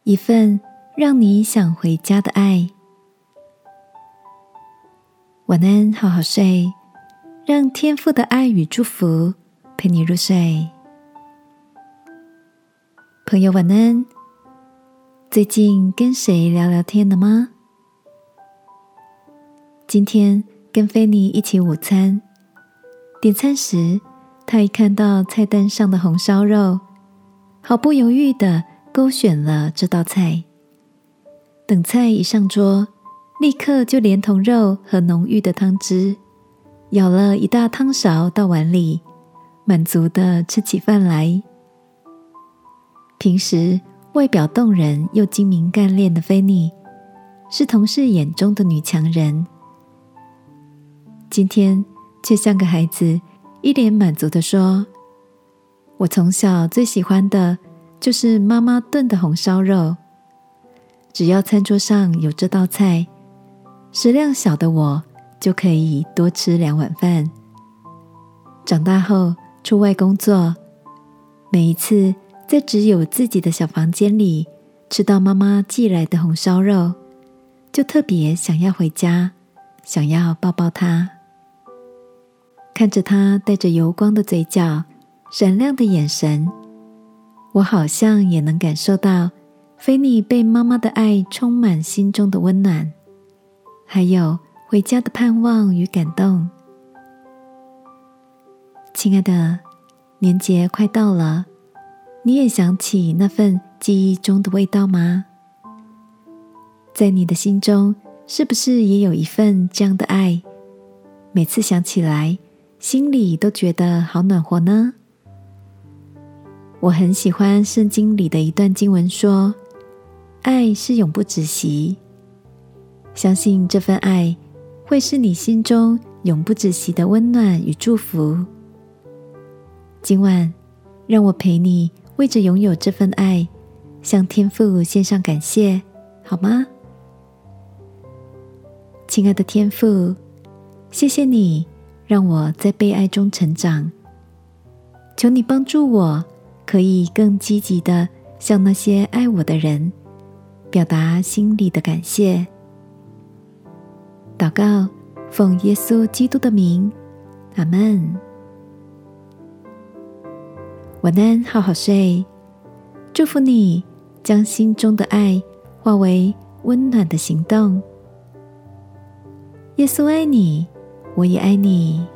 一份让你想回家的爱。晚安，好好睡，让天父的爱与祝福陪你入睡。朋友晚安，最近跟谁聊聊天了吗？今天跟菲尼一起午餐，点餐时，他一看到菜单上的红烧肉，毫不犹豫地勾选了这道菜。等菜一上桌，立刻就连同肉和浓郁的汤汁，舀了一大汤勺到碗里，满足地吃起饭来。平时外表动人又精明干练的菲尼，是同事眼中的女强人，今天却像个孩子，一脸满足地说：我从小最喜欢的就是妈妈炖的红烧肉，只要餐桌上有这道菜，食量小的我就可以多吃2碗饭。长大后出外工作，每一次在只有自己的小房间里吃到妈妈寄来的红烧肉，就特别想要回家，想要抱抱她。看着她带着油光的嘴角，闪亮的眼神，我好像也能感受到菲尼被妈妈的爱充满心中的温暖，还有回家的盼望与感动。亲爱的，年节快到了，你也想起那份记忆中的味道吗？在你的心中，是不是也有一份这样的爱？每次想起来，心里都觉得好暖和呢？我很喜欢圣经里的一段经文说，爱是永不止息。相信这份爱会是你心中永不止息的温暖与祝福。今晚，让我陪你为着拥有这份爱，向天父献上感谢，好吗？亲爱的天父，谢谢你让我在被爱中成长，求你帮助我可以更积极地向那些爱我的人表达心里的感谢。祷告，奉耶稣基督的名，阿们。晚安，好好睡。祝福你将心中的爱化为温暖的行动。耶稣爱你，我也爱你。